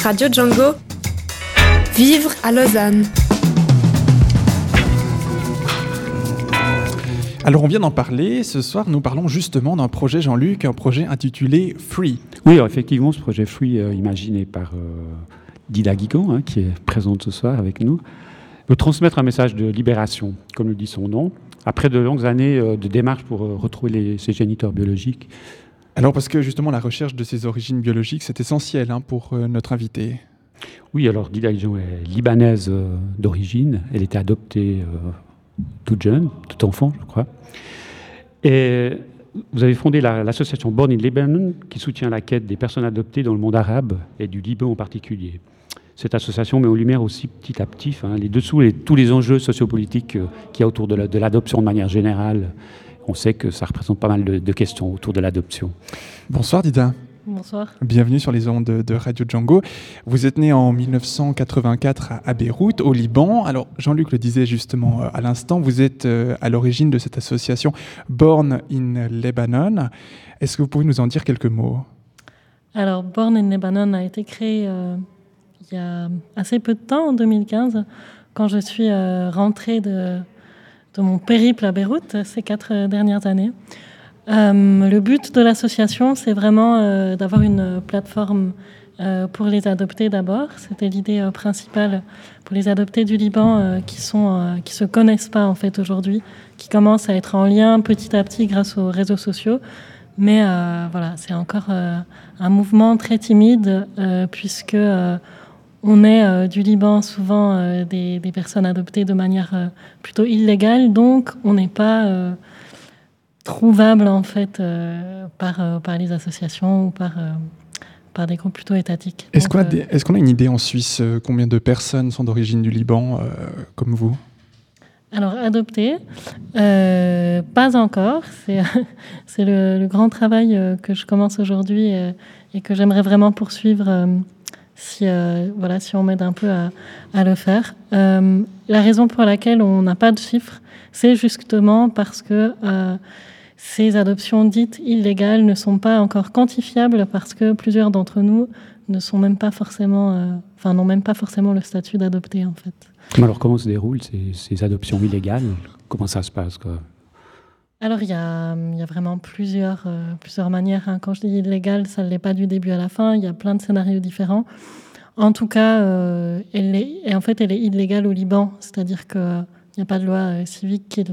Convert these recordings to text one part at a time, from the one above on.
Radio Django. Vivre à Lausanne. Alors on vient d'en parler, ce soir nous parlons justement d'un projet Jean-Luc, un projet intitulé Free. Oui, alors effectivement ce projet Free, imaginé par Dida Guigon, qui est présente ce soir avec nous, veut transmettre un message de libération, comme le dit son nom, après de longues années de démarches pour retrouver ses géniteurs biologiques. Alors parce que justement la recherche de ses origines biologiques c'est essentiel pour notre invité. Oui, alors Dida Guigon est libanaise d'origine, elle était adoptée toute jeune, tout enfant je crois. Et vous avez fondé l'association Born in Lebanon qui soutient la quête des personnes adoptées dans le monde arabe et du Liban en particulier. Cette association met en lumière aussi petit à petit les dessous et tous les enjeux sociopolitiques qu'il y a autour de l'adoption de manière générale. On sait que ça représente pas mal de questions autour de l'adoption. Bonsoir Dida. Bonsoir. Bienvenue sur les ondes de Radio Django. Vous êtes né en 1984 à Beyrouth, au Liban. Alors, Jean-Luc le disait justement à l'instant, vous êtes à l'origine de cette association Born in Lebanon. Est-ce que vous pouvez nous en dire quelques mots ? Alors, Born in Lebanon a été créé il y a assez peu de temps, en 2015, quand je suis rentrée de mon périple à Beyrouth ces 4 dernières années. Le but de l'association, c'est vraiment d'avoir une plateforme pour les adoptés d'abord. C'était l'idée principale pour les adoptés du Liban qui se connaissent pas en fait aujourd'hui, qui commencent à être en lien petit à petit grâce aux réseaux sociaux. Mais voilà, c'est encore un mouvement très timide puisque on est du Liban souvent des personnes adoptées de manière plutôt illégale, donc on n'est pas trouvable en fait par les associations ou par des groupes plutôt étatiques. Est-ce qu'on a une idée en Suisse combien de personnes sont d'origine du Liban comme vous ? Alors adoptées, pas encore. C'est le grand travail que je commence aujourd'hui et que j'aimerais vraiment poursuivre si on m'aide un peu à le faire. La raison pour laquelle on n'a pas de chiffres, c'est justement parce que ces adoptions dites illégales ne sont pas encore quantifiables parce que plusieurs d'entre nous ne sont même pas forcément, n'ont même pas forcément le statut d'adopté en fait. Alors comment se déroulent ces adoptions illégales ? Comment ça se passe quoi ? Alors il y a vraiment plusieurs manières. Quand je dis illégale, ça ne l'est pas du début à la fin. Il y a plein de scénarios différents. En tout cas, elle est illégale au Liban, c'est-à-dire qu'il n'y a pas de loi civique qui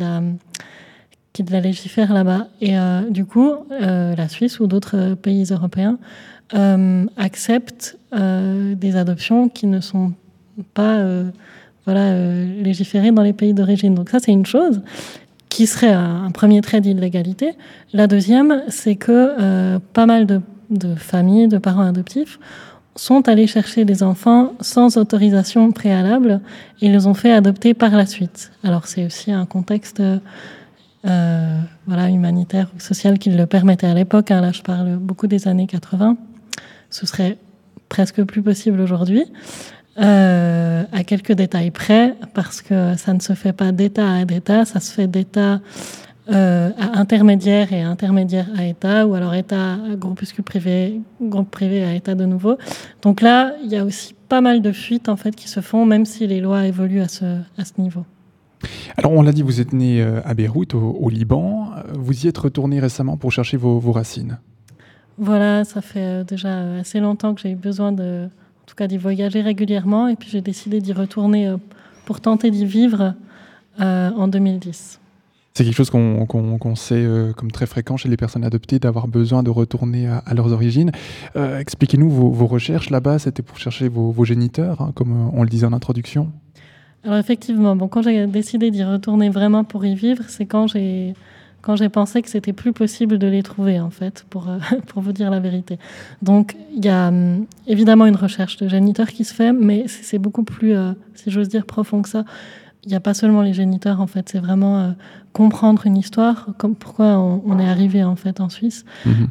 la légifère là-bas. Et du coup, la Suisse ou d'autres pays européens acceptent des adoptions qui ne sont pas légiférées dans les pays d'origine. Donc ça, c'est une chose qui serait un premier trait d'illégalité. La deuxième, c'est que pas mal de familles, de parents adoptifs sont allés chercher des enfants sans autorisation préalable et les ont fait adopter par la suite. Alors c'est aussi un contexte humanitaire ou social qui le permettait à l'époque. Là, je parle beaucoup des années 80. Ce serait presque plus possible aujourd'hui, à quelques détails près, parce que ça ne se fait pas d'État à d'État, ça se fait d'État à intermédiaire et intermédiaire à État, ou alors État à groupuscule privé, groupe privé à État de nouveau. Donc là, il y a aussi pas mal de fuites en fait qui se font, même si les lois évoluent à ce niveau. Alors on l'a dit, vous êtes né à Beyrouth, au Liban. Vous y êtes retourné récemment pour chercher vos racines. Voilà, ça fait déjà assez longtemps que j'ai eu besoin d'y voyager régulièrement. Et puis j'ai décidé d'y retourner pour tenter d'y vivre en 2010. C'est quelque chose qu'on sait comme très fréquent chez les personnes adoptées, d'avoir besoin de retourner à leurs origines. Expliquez-nous vos recherches là-bas, c'était pour chercher vos géniteurs, comme on le disait en introduction. Alors effectivement, quand j'ai décidé d'y retourner vraiment pour y vivre, c'est quand j'ai pensé que c'était plus possible de les trouver, en fait, pour vous dire la vérité. Donc, il y a évidemment une recherche de géniteurs qui se fait, mais c'est beaucoup plus, si j'ose dire, profond que ça. Il n'y a pas seulement les géniteurs, en fait, c'est vraiment comprendre une histoire, comme pourquoi on est arrivé, en fait, en Suisse.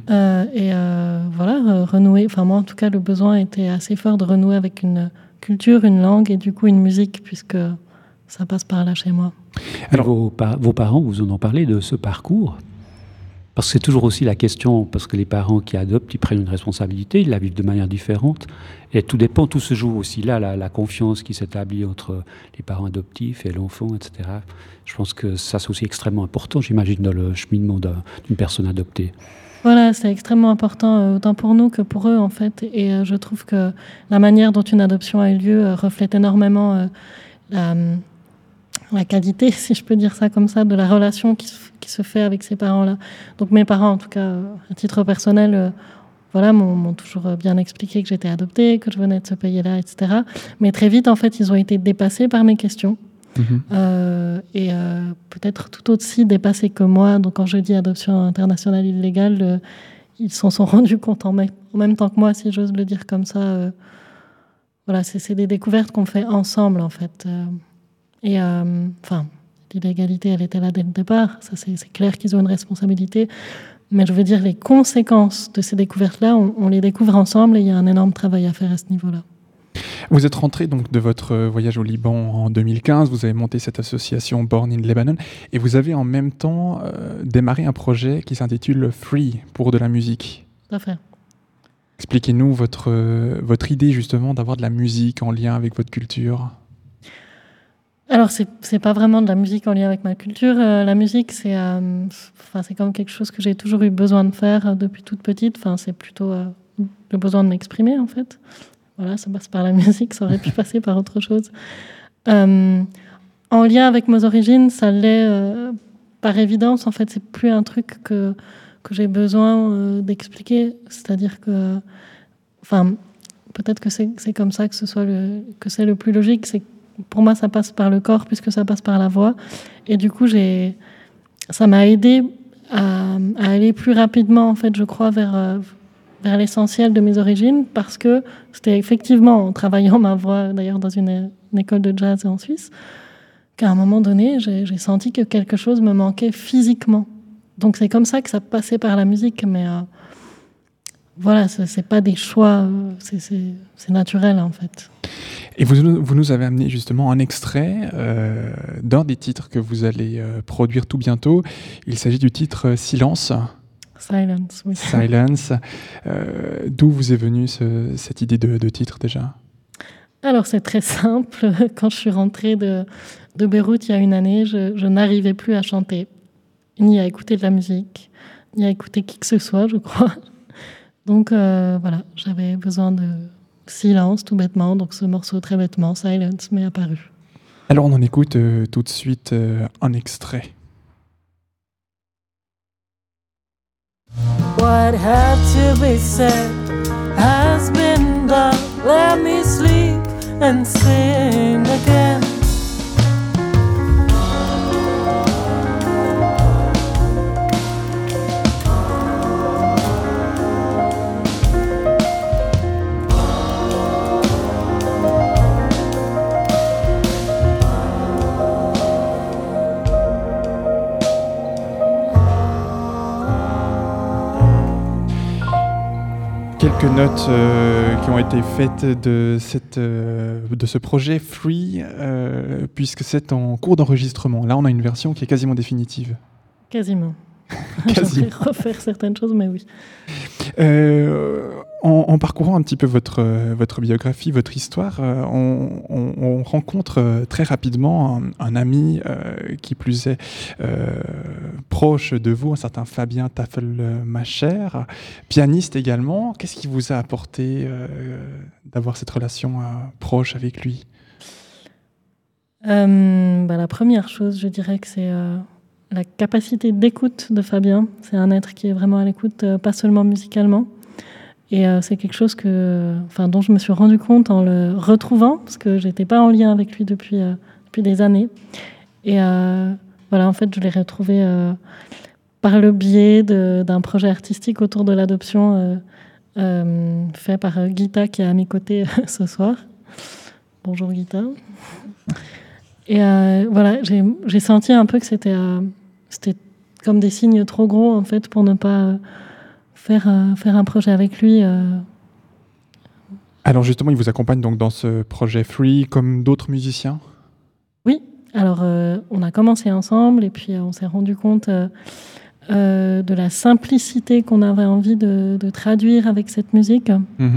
Renouer. Enfin, moi, en tout cas, le besoin était assez fort de renouer avec une culture, une langue et du coup une musique, puisque ça passe par là chez moi. Alors, vos parents vous en ont parlé de ce parcours ? Parce que c'est toujours aussi la question, parce que les parents qui adoptent, ils prennent une responsabilité, ils la vivent de manière différente. Et tout dépend, tout se joue aussi là, la confiance qui s'établit entre les parents adoptifs et l'enfant, etc. Je pense que ça, c'est aussi extrêmement important, j'imagine, dans le cheminement d'une personne adoptée. Voilà, c'est extrêmement important, autant pour nous que pour eux, en fait. Et je trouve que la manière dont une adoption a eu lieu reflète énormément la qualité, si je peux dire ça comme ça, de la relation qui se fait avec ces parents-là. Donc mes parents, en tout cas, à titre personnel, voilà, m'ont toujours bien expliqué que j'étais adoptée, que je venais de ce pays-là, etc. Mais très vite, en fait, ils ont été dépassés par mes questions. Peut-être tout aussi dépassés que moi. Donc quand je dis adoption internationale illégale, ils s'en sont rendus compte en même temps que moi, si j'ose le dire comme ça. Voilà, c'est des découvertes qu'on fait ensemble, en fait. L'illégalité, elle était là dès le départ. Ça, c'est clair qu'ils ont une responsabilité. Mais je veux dire, les conséquences de ces découvertes-là, on les découvre ensemble et il y a un énorme travail à faire à ce niveau-là. Vous êtes rentré donc de votre voyage au Liban en 2015, vous avez monté cette association Born in Lebanon et vous avez en même temps démarré un projet qui s'intitule Free pour de la musique. Tout à fait. Expliquez-nous votre idée justement d'avoir de la musique en lien avec votre culture. Alors, c'est pas vraiment de la musique en lien avec ma culture. La musique, c'est comme quelque chose que j'ai toujours eu besoin de faire depuis toute petite. C'est plutôt le besoin de m'exprimer, en fait. Voilà, ça passe par la musique, ça aurait pu passer par autre chose. En lien avec mes origines, ça l'est par évidence. En fait, c'est plus un truc que j'ai besoin d'expliquer. C'est-à-dire que, peut-être que c'est comme ça que c'est le plus logique. C'est pour moi, ça passe par le corps puisque ça passe par la voix. Et du coup, ça m'a aidé à aller plus rapidement, en fait, je crois, vers l'essentiel de mes origines, parce que c'était effectivement en travaillant ma voix, d'ailleurs dans une école de jazz en Suisse, qu'à un moment donné, j'ai senti que quelque chose me manquait physiquement. Donc c'est comme ça que ça passait par la musique, mais voilà, c'est pas des choix, c'est naturel en fait. Et vous nous avez amené justement un extrait d'un des titres que vous allez produire tout bientôt. Il s'agit du titre Silence. Silence, oui. Silence. D'où vous est venue cette idée de titre déjà ? Alors c'est très simple. Quand je suis rentrée de Beyrouth il y a une année, je n'arrivais plus à chanter, ni à écouter de la musique, ni à écouter qui que ce soit, je crois. Donc voilà, j'avais besoin de silence tout bêtement. Donc ce morceau très bêtement, Silence, m'est apparu. Alors on en écoute tout de suite un extrait. What had to be said has been done. Let me sleep and sing again. Quelques notes qui ont été faites de ce projet Free, puisque c'est en cours d'enregistrement. Là, on a une version qui est quasiment définitive. Quasiment. J'aimerais refaire certaines choses, mais oui. En parcourant un petit peu votre biographie, votre histoire, on rencontre très rapidement un ami qui plus est proche de vous, un certain Fabien Tafelmacher, pianiste également. Qu'est-ce qui vous a apporté d'avoir cette relation proche avec lui ? La première chose, je dirais que c'est la capacité d'écoute de Fabien. C'est un être qui est vraiment à l'écoute, pas seulement musicalement. Et c'est quelque chose dont je me suis rendu compte en le retrouvant, parce que je n'étais pas en lien avec lui depuis des années. Et en fait, je l'ai retrouvé par le biais d'un projet artistique autour de l'adoption fait par Gita, qui est à mes côtés ce soir. Bonjour Gita. Et j'ai senti un peu que c'était comme des signes trop gros, en fait, pour ne pas faire un projet avec lui. Alors justement, il vous accompagne donc dans ce projet Free comme d'autres musiciens ? Oui, alors on a commencé ensemble et puis on s'est rendu compte de la simplicité qu'on avait envie de traduire avec cette musique.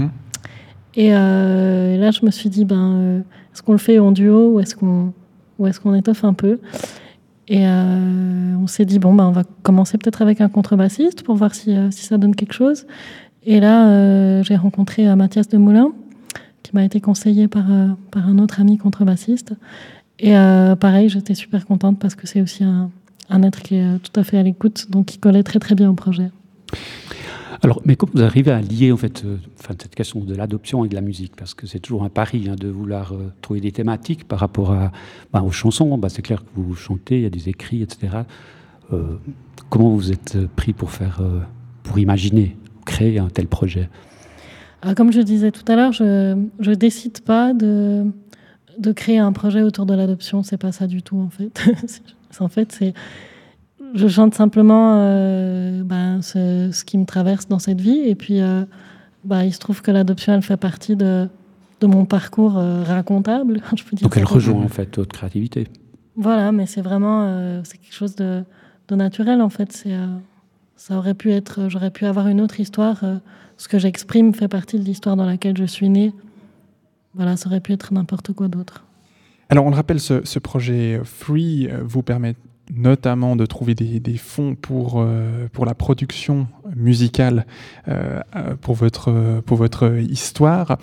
Et là, je me suis dit, est-ce qu'on le fait en duo ou est-ce qu'on étoffe un peu ? Et on s'est dit, on va commencer peut-être avec un contrebassiste pour voir si ça donne quelque chose. Et là, j'ai rencontré Mathias Demoulin, qui m'a été conseillé par un autre ami contrebassiste. Et pareil, j'étais super contente parce que c'est aussi un être qui est tout à fait à l'écoute, donc qui collait très très bien au projet. Alors, mais comment vous arrivez à lier en fait, cette question de l'adoption et de la musique ? Parce que c'est toujours un pari de vouloir trouver des thématiques par rapport aux chansons. C'est clair que vous chantez, il y a des écrits, etc. Comment vous êtes pris pour imaginer, créer un tel projet ? Comme je disais tout à l'heure, je décide pas de créer un projet autour de l'adoption. C'est pas ça du tout en fait. En fait, je chante simplement ce qui me traverse dans cette vie. Et puis, il se trouve que l'adoption, elle fait partie de mon parcours racontable. Je peux dire. Donc, elle rejoint en fait votre créativité. Voilà, mais c'est vraiment c'est quelque chose de naturel en fait. Ça aurait pu être, j'aurais pu avoir une autre histoire. Ce que j'exprime fait partie de l'histoire dans laquelle je suis née. Voilà, ça aurait pu être n'importe quoi d'autre. Alors, on le rappelle, ce projet Free vous permet notamment de trouver des fonds pour la production musicale pour votre histoire.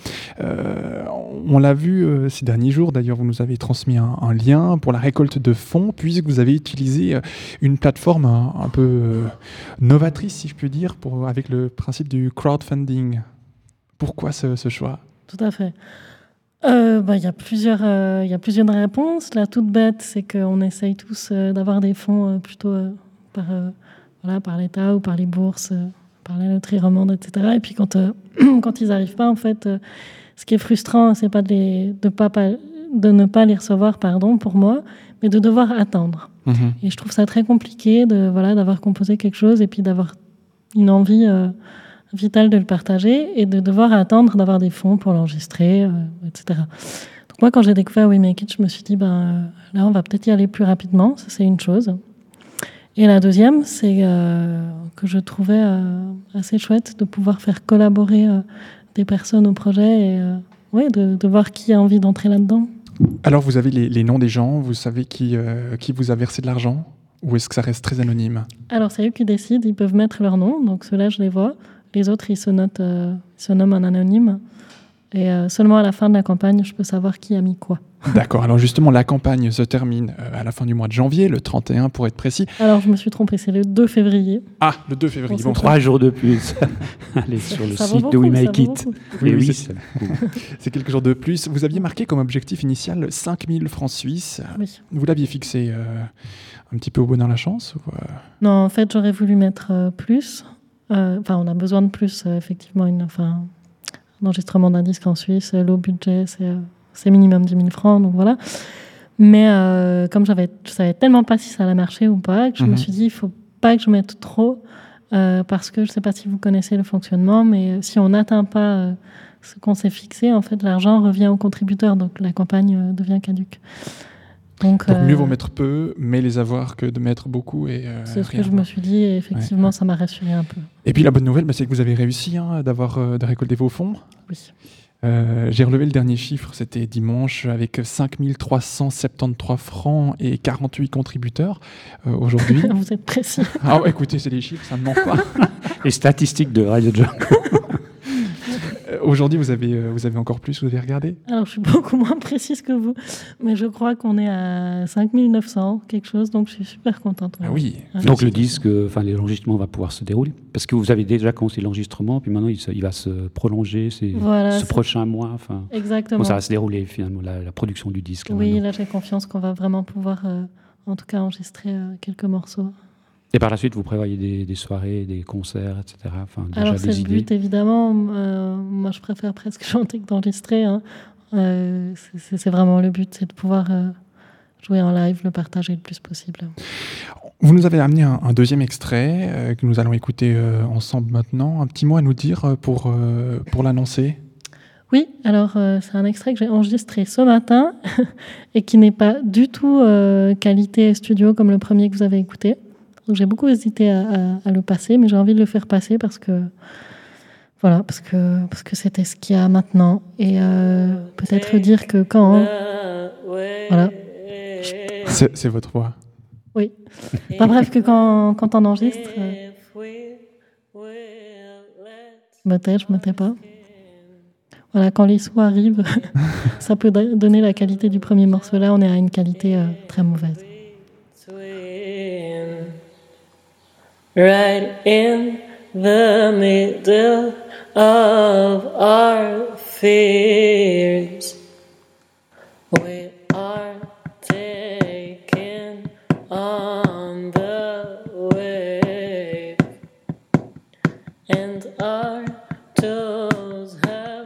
On l'a vu ces derniers jours, d'ailleurs vous nous avez transmis un lien pour la récolte de fonds, puisque vous avez utilisé une plateforme un peu novatrice, si je puis dire, avec le principe du crowdfunding. Pourquoi ce choix ? Tout à fait. Il y a plusieurs réponses. La toute bête, c'est qu'on essaye tous d'avoir des fonds plutôt par l'État ou par les bourses, par la loterie romande, etc. Et puis quand ils n'arrivent pas, en fait, ce qui est frustrant, c'est pas de ne pas les recevoir, pour moi, mais de devoir attendre. Et je trouve ça très compliqué d'avoir composé quelque chose et puis d'avoir une envie vital de le partager et de devoir attendre d'avoir des fonds pour l'enregistrer, etc. Donc moi, quand j'ai découvert We Make It, je me suis dit, là, on va peut-être y aller plus rapidement. Ça, c'est une chose. Et la deuxième, c'est que je trouvais assez chouette de pouvoir faire collaborer des personnes au projet et de voir qui a envie d'entrer là-dedans. Alors, vous avez les noms des gens, vous savez qui vous a versé de l'argent, ou est-ce que ça reste très anonyme ? Alors, c'est eux qui décident, ils peuvent mettre leur nom, donc ceux-là, je les vois. Les autres, ils se nomment en anonyme. Et seulement à la fin de la campagne, je peux savoir qui a mis quoi. D'accord. Alors justement, la campagne se termine à la fin du mois de janvier, le 31 pour être précis. Alors, je me suis trompée, c'est le 2 février. Ah, le 2 février. Bon, 3 jours de plus. Allez sur le site de We Make It. Oui, c'est quelques jours de plus. Vous aviez marqué comme objectif initial 5 000 francs suisses. Oui. Vous l'aviez fixé un petit peu au bonheur la chance ou Non, en fait, j'aurais voulu mettre plus. On a besoin de plus, effectivement. Un enregistrement d'un disque en Suisse, low budget, c'est minimum 10 000 francs, donc voilà. Mais comme je savais tellement pas si ça allait marcher ou pas, que je me suis dit, il faut pas que je mette trop, parce que je sais pas si vous connaissez le fonctionnement, mais si on n'atteint pas ce qu'on s'est fixé, en fait, l'argent revient aux contributeurs, donc la campagne devient caduque. Donc mieux vaut mettre peu, mais les avoir que de mettre beaucoup. C'est ce que je me suis dit, et effectivement, ça m'a rassuré un peu. Et puis la bonne nouvelle, c'est que vous avez réussi de récolter vos fonds. Oui. J'ai relevé le dernier chiffre, c'était dimanche, avec 5 373 francs et 48 contributeurs aujourd'hui. Vous êtes précis. Ah, écoutez, c'est des chiffres, ça ne ment pas. Les statistiques de Radio Django. Aujourd'hui, vous avez encore plus, vous avez regardé ? Alors, je suis beaucoup moins précise que vous, mais je crois qu'on est à 5 900, quelque chose, donc je suis super contente. Ah oui. Donc le disque, l'enregistrement va pouvoir se dérouler, parce que vous avez déjà commencé l'enregistrement, puis maintenant il va se prolonger ce prochain mois. Exactement. Bon, ça va se dérouler finalement, la production du disque. Oui, là j'ai confiance qu'on va vraiment pouvoir, en tout cas, enregistrer quelques morceaux. Et par la suite, vous prévoyez des soirées, des concerts, etc. Alors, c'est le but, évidemment. Moi, je préfère presque chanter que d'enregistrer. C'est vraiment le but, c'est de pouvoir jouer en live, le partager le plus possible. Vous nous avez amené un deuxième extrait que nous allons écouter ensemble maintenant. Un petit mot à nous dire pour l'annoncer ? Oui, alors c'est un extrait que j'ai enregistré ce matin et qui n'est pas du tout qualité studio comme le premier que vous avez écouté. Donc j'ai beaucoup hésité à le passer, mais j'ai envie de le faire passer parce que c'était ce qu'il y a maintenant. Et peut-être dire que quand... Voilà. C'est votre voix. Oui. Enfin, bref, que quand on enregistre... je me tais pas. Voilà, quand les sous arrivent, ça peut donner la qualité du premier morceau. Là, on est à une qualité très mauvaise. Right in the middle of our fears, we are taken on the wave, and our toes have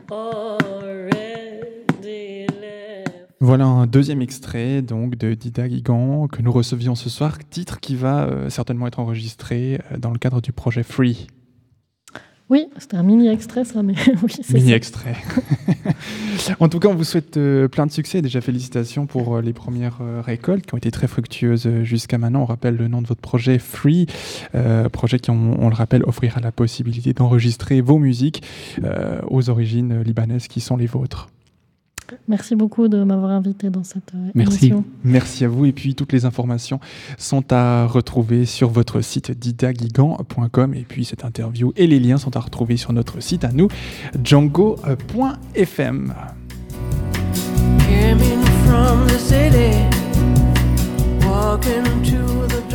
already left. Voilà un deuxième extrait donc de Dida Guigan que nous recevions ce soir, titre qui va certainement être enregistré dans le cadre du projet Free. Oui, c'était un mini-extrait ça, mais oui, c'est Mini-extrait. En tout cas, on vous souhaite plein de succès. Déjà, félicitations pour les premières récoltes qui ont été très fructueuses jusqu'à maintenant. On rappelle le nom de votre projet Free, projet qui, on le rappelle, offrira la possibilité d'enregistrer vos musiques aux origines libanaises qui sont les vôtres. Merci beaucoup de m'avoir invité dans cette émission. Merci à vous. Et puis, toutes les informations sont à retrouver sur votre site didaguigan.com. Et puis, cette interview et les liens sont à retrouver sur notre site à nous, django.fm. Came in from the city, walking to the